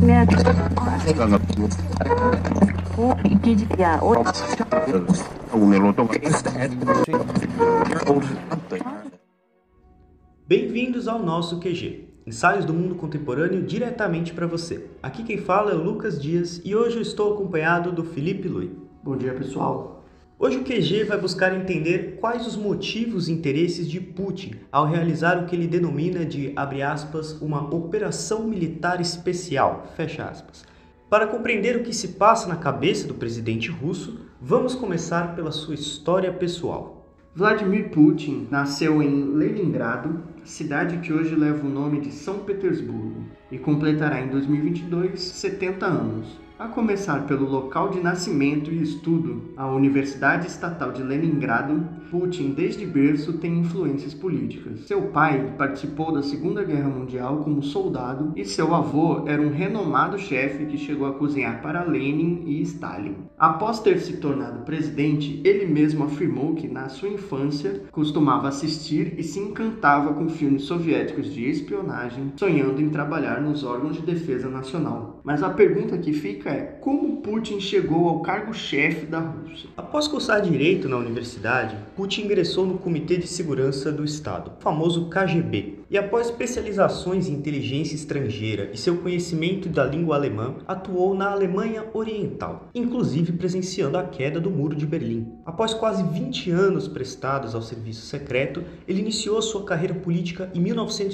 Bem-vindos ao nosso QG, ensaios do mundo contemporâneo diretamente para você. Aqui quem fala é o Lucas Dias e hoje eu estou acompanhado do Felipe Lui. Bom dia, pessoal. Hoje o QG vai buscar entender quais os motivos e interesses de Putin ao realizar o que ele denomina de, abre aspas, uma operação militar especial, fecha aspas. Para compreender o que se passa na cabeça do presidente russo, vamos começar pela sua história pessoal. Vladimir Putin nasceu em Leningrado, cidade que hoje leva o nome de São Petersburgo, e completará em 2022 70 anos. A começar pelo local de nascimento e estudo, a Universidade Estatal de Leningrado, Putin desde berço tem influências políticas. Seu pai participou da Segunda Guerra Mundial como soldado e seu avô era um renomado chefe que chegou a cozinhar para Lenin e Stalin. Após ter se tornado presidente, ele mesmo afirmou que na sua infância costumava assistir e se encantava com filmes soviéticos de espionagem, sonhando em trabalhar nos órgãos de defesa nacional. Mas a pergunta que fica é: como Putin chegou ao cargo-chefe da Rússia? Após cursar Direito na universidade, Putin ingressou no Comitê de Segurança do Estado, o famoso KGB, e após especializações em inteligência estrangeira e seu conhecimento da língua alemã, atuou na Alemanha Oriental, inclusive presenciando a queda do Muro de Berlim. Após quase 20 anos prestados ao serviço secreto, ele iniciou sua carreira política em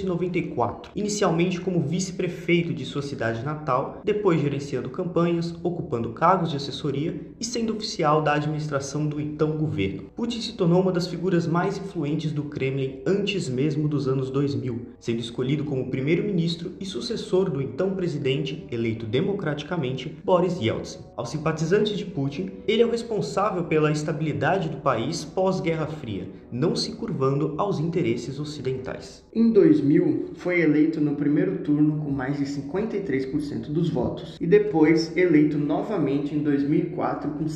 1994, inicialmente como vice-prefeito de sua cidade natal, depois gerenciando campanhas, ocupando cargos de assessoria e sendo oficial da administração do então governo. Putin se tornou uma das figuras mais influentes do Kremlin antes mesmo dos anos 2000, sendo escolhido como primeiro-ministro e sucessor do então presidente, eleito democraticamente, Boris Yeltsin. Aos simpatizantes de Putin, ele é o responsável pela estabilidade do país pós-Guerra Fria, não se curvando aos interesses ocidentais. Em 2000, foi eleito no primeiro turno com mais de 53% dos votos e depois eleito novamente em 2004 com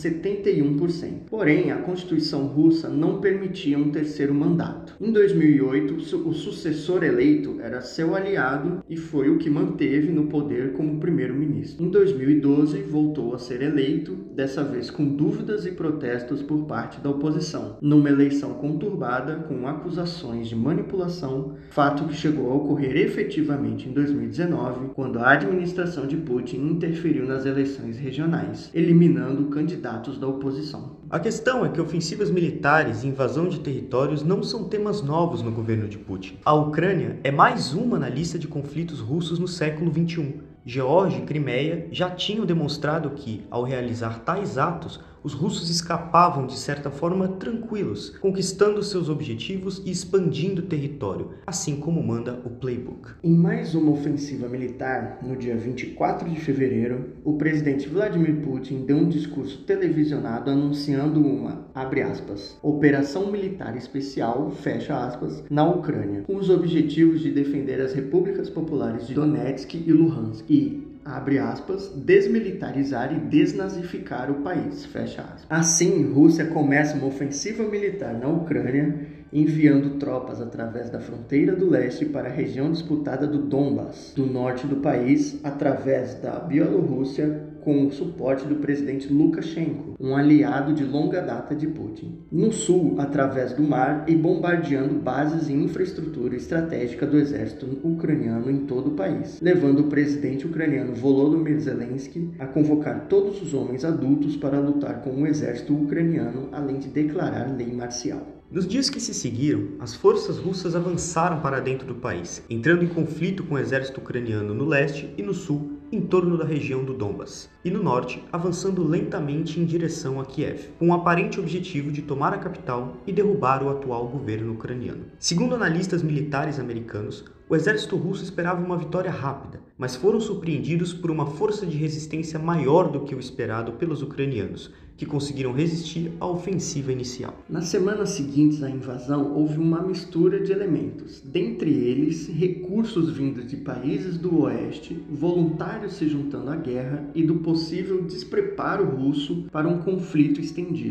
71%. Porém, a Constituição russa não permitia um terceiro mandato. Em 2008, o sucessor eleito era seu aliado e foi o que manteve no poder como primeiro-ministro. Em 2012, voltou a ser eleito, dessa vez com dúvidas e protestos por parte da oposição, numa eleição conturbada com acusações de manipulação, fato que chegou a ocorrer efetivamente em 2019, quando a administração de Putin interferiu nas eleições regionais, eliminando candidatos da oposição. A questão é que ofensivas militares e invasão de territórios não são temas novos no governo de Putin. A Ucrânia é mais uma na lista de conflitos russos no século XXI. Geórgia e Crimeia já tinham demonstrado que, ao realizar tais atos, os russos escapavam de certa forma tranquilos, conquistando seus objetivos e expandindo o território, assim como manda o playbook. Em mais uma ofensiva militar, no dia 24 de fevereiro, o presidente Vladimir Putin deu um discurso televisionado anunciando uma, abre aspas, operação militar especial, fecha aspas, na Ucrânia, com os objetivos de defender as repúblicas populares de Donetsk e Luhansk e, abre aspas, desmilitarizar e desnazificar o país, fecha aspas. Assim, Rússia começa uma ofensiva militar na Ucrânia, enviando tropas através da fronteira do leste para a região disputada do Donbas, do norte do país, através da Bielorrússia, com o suporte do presidente Lukashenko, um aliado de longa data de Putin. No sul, através do mar e bombardeando bases e infraestrutura estratégica do exército ucraniano em todo o país, levando o presidente ucraniano Volodymyr Zelensky a convocar todos os homens adultos para lutar com o exército ucraniano, além de declarar lei marcial. Nos dias que se seguiram, as forças russas avançaram para dentro do país, entrando em conflito com o exército ucraniano no leste e no sul, em torno da região do Donbas, e no norte, avançando lentamente em direção a Kiev, com o aparente objetivo de tomar a capital e derrubar o atual governo ucraniano. Segundo analistas militares americanos, o exército russo esperava uma vitória rápida, mas foram surpreendidos por uma força de resistência maior do que o esperado pelos ucranianos, que conseguiram resistir à ofensiva inicial. Nas semanas seguintes à invasão, houve uma mistura de elementos, dentre eles recursos vindos de países do oeste, voluntários se juntando à guerra e do possível despreparo russo para um conflito estendido.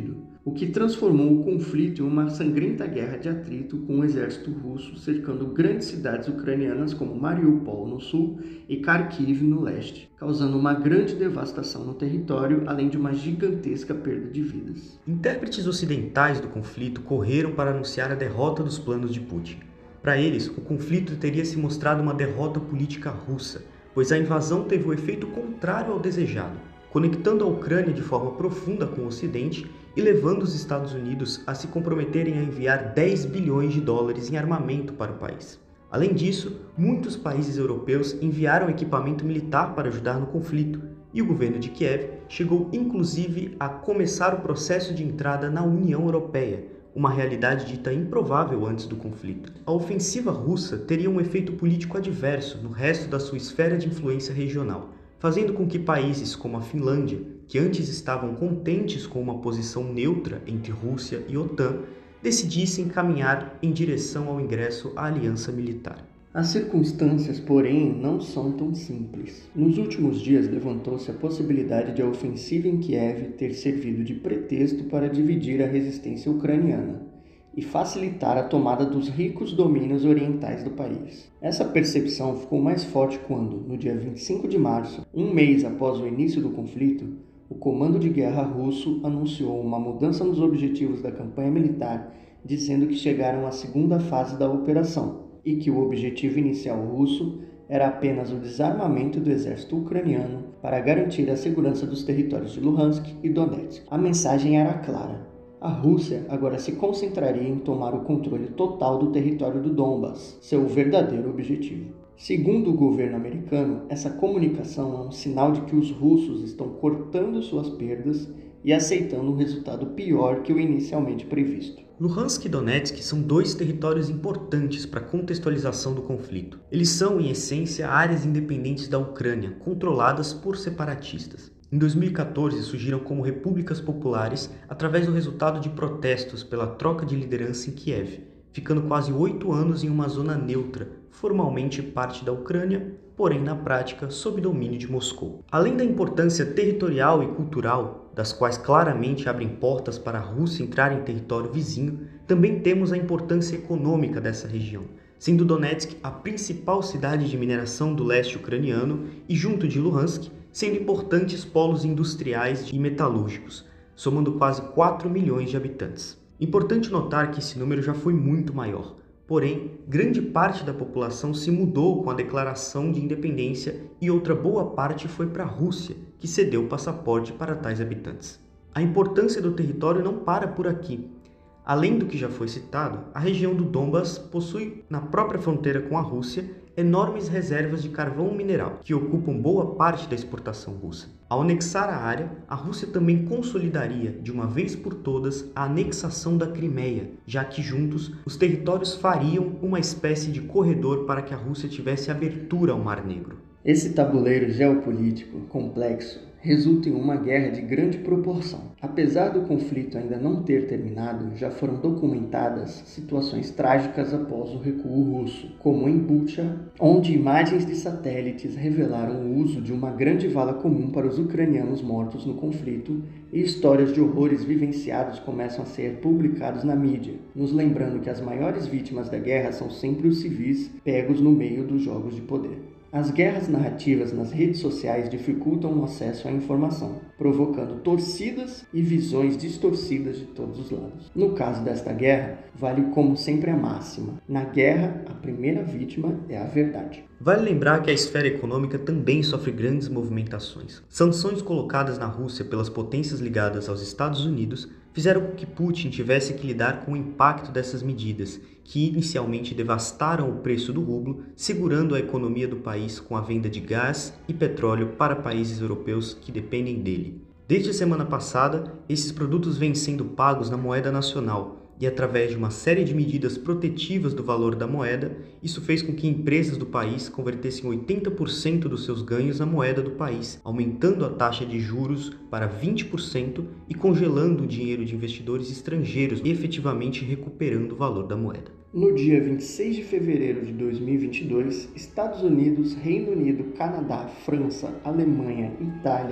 o que transformou o conflito em uma sangrenta guerra de atrito com o exército russo cercando grandes cidades ucranianas como Mariupol no sul e Kharkiv no leste, causando uma grande devastação no território, além de uma gigantesca perda de vidas. Intérpretes ocidentais do conflito correram para anunciar a derrota dos planos de Putin. Para eles, o conflito teria se mostrado uma derrota política russa, pois a invasão teve o efeito contrário ao desejado, conectando a Ucrânia de forma profunda com o Ocidente e levando os Estados Unidos a se comprometerem a enviar 10 bilhões de dólares em armamento para o país. Além disso, muitos países europeus enviaram equipamento militar para ajudar no conflito, e o governo de Kiev chegou inclusive a começar o processo de entrada na União Europeia, uma realidade dita improvável antes do conflito. A ofensiva russa teria um efeito político adverso no resto da sua esfera de influência regional, fazendo com que países como a Finlândia, que antes estavam contentes com uma posição neutra entre Rússia e OTAN, decidissem caminhar em direção ao ingresso à aliança militar. As circunstâncias, porém, não são tão simples. Nos últimos dias levantou-se a possibilidade de a ofensiva em Kiev ter servido de pretexto para dividir a resistência ucraniana e facilitar a tomada dos ricos domínios orientais do país. Essa percepção ficou mais forte quando, no dia 25 de março, um mês após o início do conflito, o Comando de Guerra russo anunciou uma mudança nos objetivos da campanha militar, dizendo que chegaram à segunda fase da operação e que o objetivo inicial russo era apenas o desarmamento do exército ucraniano para garantir a segurança dos territórios de Luhansk e Donetsk. A mensagem era clara. A Rússia agora se concentraria em tomar o controle total do território do Donbas, seu verdadeiro objetivo. Segundo o governo americano, essa comunicação é um sinal de que os russos estão cortando suas perdas e aceitando um resultado pior que o inicialmente previsto. Luhansk e Donetsk são dois territórios importantes para a contextualização do conflito. Eles são, em essência, áreas independentes da Ucrânia, controladas por separatistas. Em 2014, surgiram como repúblicas populares através do resultado de protestos pela troca de liderança em Kiev, ficando quase 8 anos em uma zona neutra, formalmente parte da Ucrânia, porém na prática sob domínio de Moscou. Além da importância territorial e cultural, das quais claramente abrem portas para a Rússia entrar em território vizinho, também temos a importância econômica dessa região, sendo Donetsk a principal cidade de mineração do leste ucraniano e, junto de Luhansk, sendo importantes polos industriais e metalúrgicos, somando quase 4 milhões de habitantes. Importante notar que esse número já foi muito maior, porém, grande parte da população se mudou com a declaração de independência e outra boa parte foi para a Rússia, que cedeu o passaporte para tais habitantes. A importância do território não para por aqui. Além do que já foi citado, a região do Donbas possui, na própria fronteira com a Rússia, enormes reservas de carvão mineral, que ocupam boa parte da exportação russa. Ao anexar a área, a Rússia também consolidaria, de uma vez por todas, a anexação da Crimeia, já que juntos os territórios fariam uma espécie de corredor para que a Rússia tivesse abertura ao Mar Negro. Esse tabuleiro geopolítico complexo resulta em uma guerra de grande proporção. Apesar do conflito ainda não ter terminado, já foram documentadas situações trágicas após o recuo russo, como em Bucha, onde imagens de satélites revelaram o uso de uma grande vala comum para os ucranianos mortos no conflito, e histórias de horrores vivenciados começam a ser publicados na mídia, nos lembrando que as maiores vítimas da guerra são sempre os civis pegos no meio dos jogos de poder. As guerras narrativas nas redes sociais dificultam o acesso à informação, provocando torcidas e visões distorcidas de todos os lados. No caso desta guerra, vale como sempre a máxima: na guerra, a primeira vítima é a verdade. Vale lembrar que a esfera econômica também sofre grandes movimentações. Sanções colocadas na Rússia pelas potências ligadas aos Estados Unidos fizeram com que Putin tivesse que lidar com o impacto dessas medidas, que inicialmente devastaram o preço do rublo, segurando a economia do país com a venda de gás e petróleo para países europeus que dependem dele. Desde a semana passada, esses produtos vêm sendo pagos na moeda nacional, e através de uma série de medidas protetivas do valor da moeda, isso fez com que empresas do país convertessem 80% dos seus ganhos na moeda do país, aumentando a taxa de juros para 20% e congelando o dinheiro de investidores estrangeiros e efetivamente recuperando o valor da moeda. No dia 26 de fevereiro de 2022, Estados Unidos, Reino Unido, Canadá, França, Alemanha, Itália,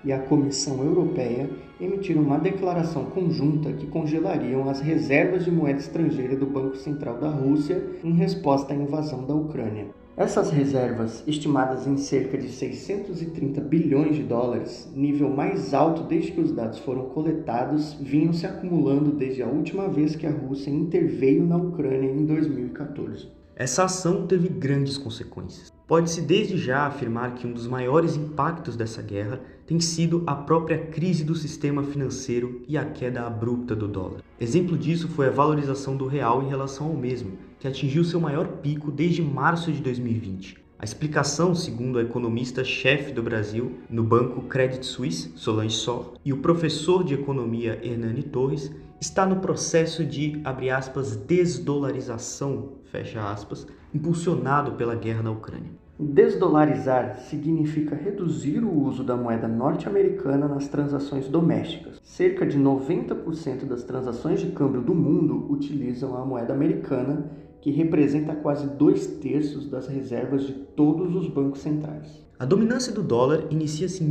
e a Comissão Europeia emitiram uma declaração conjunta que congelariam as reservas de moeda estrangeira do Banco Central da Rússia em resposta à invasão da Ucrânia. Essas reservas, estimadas em cerca de 630 bilhões de dólares, nível mais alto desde que os dados foram coletados, vinham se acumulando desde a última vez que a Rússia interveio na Ucrânia em 2014. Essa ação teve grandes consequências. Pode-se desde já afirmar que um dos maiores impactos dessa guerra tem sido a própria crise do sistema financeiro e a queda abrupta do dólar. Exemplo disso foi a valorização do real em relação ao mesmo, que atingiu seu maior pico desde março de 2020. A explicação, segundo a economista-chefe do Brasil no banco Credit Suisse, Solange Sor, e o professor de economia Hernani Torres, está no processo de, abre aspas, desdolarização, fecha aspas, impulsionado pela guerra na Ucrânia. Desdolarizar significa reduzir o uso da moeda norte-americana nas transações domésticas. Cerca de 90% das transações de câmbio do mundo utilizam a moeda americana, que representa quase 2/3 das reservas de todos os bancos centrais. A dominância do dólar inicia-se em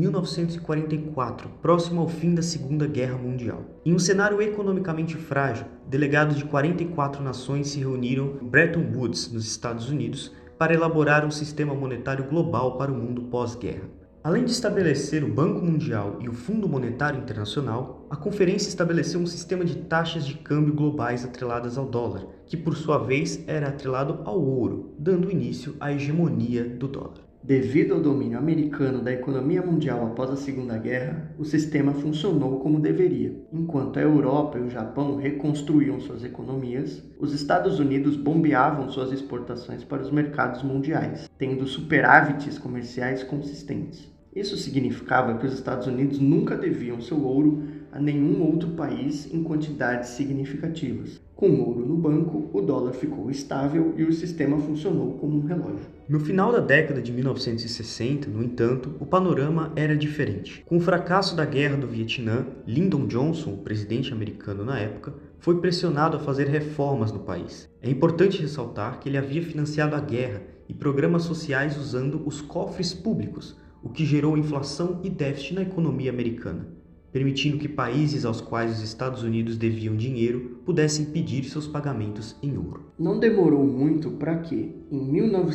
1944, próximo ao fim da Segunda Guerra Mundial. Em um cenário economicamente frágil, delegados de 44 nações se reuniram em Bretton Woods, nos Estados Unidos, para elaborar um sistema monetário global para o mundo pós-guerra. Além de estabelecer o Banco Mundial e o Fundo Monetário Internacional, a conferência estabeleceu um sistema de taxas de câmbio globais atreladas ao dólar, que por sua vez era atrelado ao ouro, dando início à hegemonia do dólar. Devido ao domínio americano da economia mundial após a Segunda Guerra, o sistema funcionou como deveria. Enquanto a Europa e o Japão reconstruíam suas economias, os Estados Unidos bombeavam suas exportações para os mercados mundiais, tendo superávites comerciais consistentes. Isso significava que os Estados Unidos nunca deviam seu ouro a nenhum outro país em quantidades significativas. Com ouro no banco, o dólar ficou estável e o sistema funcionou como um relógio. No final da década de 1960, no entanto, o panorama era diferente. Com o fracasso da Guerra do Vietnã, Lyndon Johnson, o presidente americano na época, foi pressionado a fazer reformas no país. É importante ressaltar que ele havia financiado a guerra e programas sociais usando os cofres públicos, o que gerou inflação e déficit na economia americana, permitindo que países aos quais os Estados Unidos deviam dinheiro pudessem pedir seus pagamentos em ouro. Não demorou muito para que, em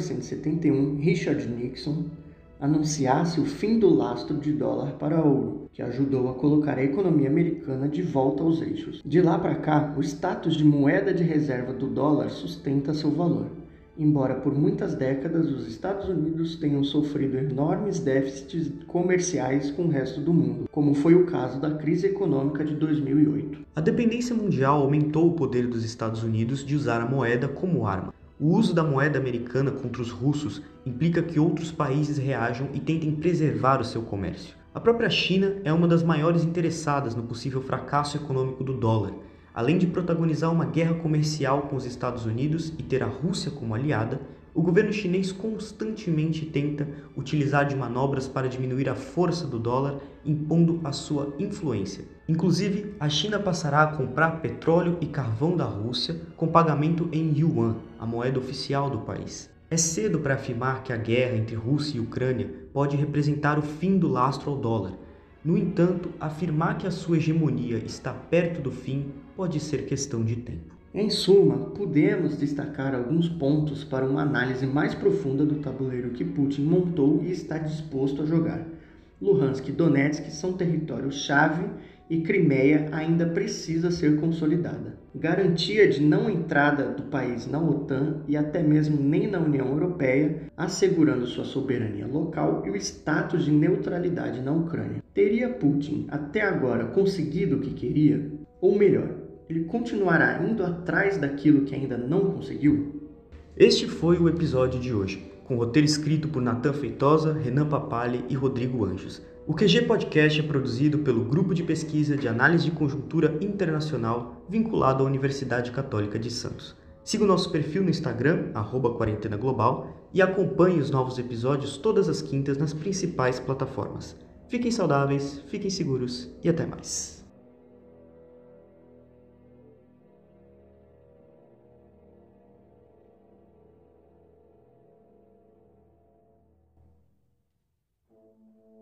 1971, Richard Nixon anunciasse o fim do lastro de dólar para ouro, que ajudou a colocar a economia americana de volta aos eixos. De lá para cá, o status de moeda de reserva do dólar sustenta seu valor, embora por muitas décadas os Estados Unidos tenham sofrido enormes déficits comerciais com o resto do mundo, como foi o caso da crise econômica de 2008. A dependência mundial aumentou o poder dos Estados Unidos de usar a moeda como arma. O uso da moeda americana contra os russos implica que outros países reajam e tentem preservar o seu comércio. A própria China é uma das maiores interessadas no possível fracasso econômico do dólar. Além de protagonizar uma guerra comercial com os Estados Unidos e ter a Rússia como aliada, o governo chinês constantemente tenta utilizar de manobras para diminuir a força do dólar, impondo a sua influência. Inclusive, a China passará a comprar petróleo e carvão da Rússia com pagamento em yuan, a moeda oficial do país. É cedo para afirmar que a guerra entre Rússia e Ucrânia pode representar o fim do lastro ao dólar. No entanto, afirmar que a sua hegemonia está perto do fim pode ser questão de tempo. Em suma, podemos destacar alguns pontos para uma análise mais profunda do tabuleiro que Putin montou e está disposto a jogar. Luhansk e Donetsk são territórios-chave e Crimeia ainda precisa ser consolidada. Garantia de não entrada do país na OTAN e até mesmo nem na União Europeia, assegurando sua soberania local e o status de neutralidade na Ucrânia. Teria Putin até agora conseguido o que queria? Ou melhor, ele continuará indo atrás daquilo que ainda não conseguiu? Este foi o episódio de hoje, com roteiro escrito por Natan Feitosa, Renan Papali e Rodrigo Anjos. O QG Podcast é produzido pelo Grupo de Pesquisa de Análise de Conjuntura Internacional vinculado à Universidade Católica de Santos. Siga o nosso perfil no Instagram, @quarentenaglobal, e acompanhe os novos episódios todas as quintas nas principais plataformas. Fiquem saudáveis, fiquem seguros e até mais.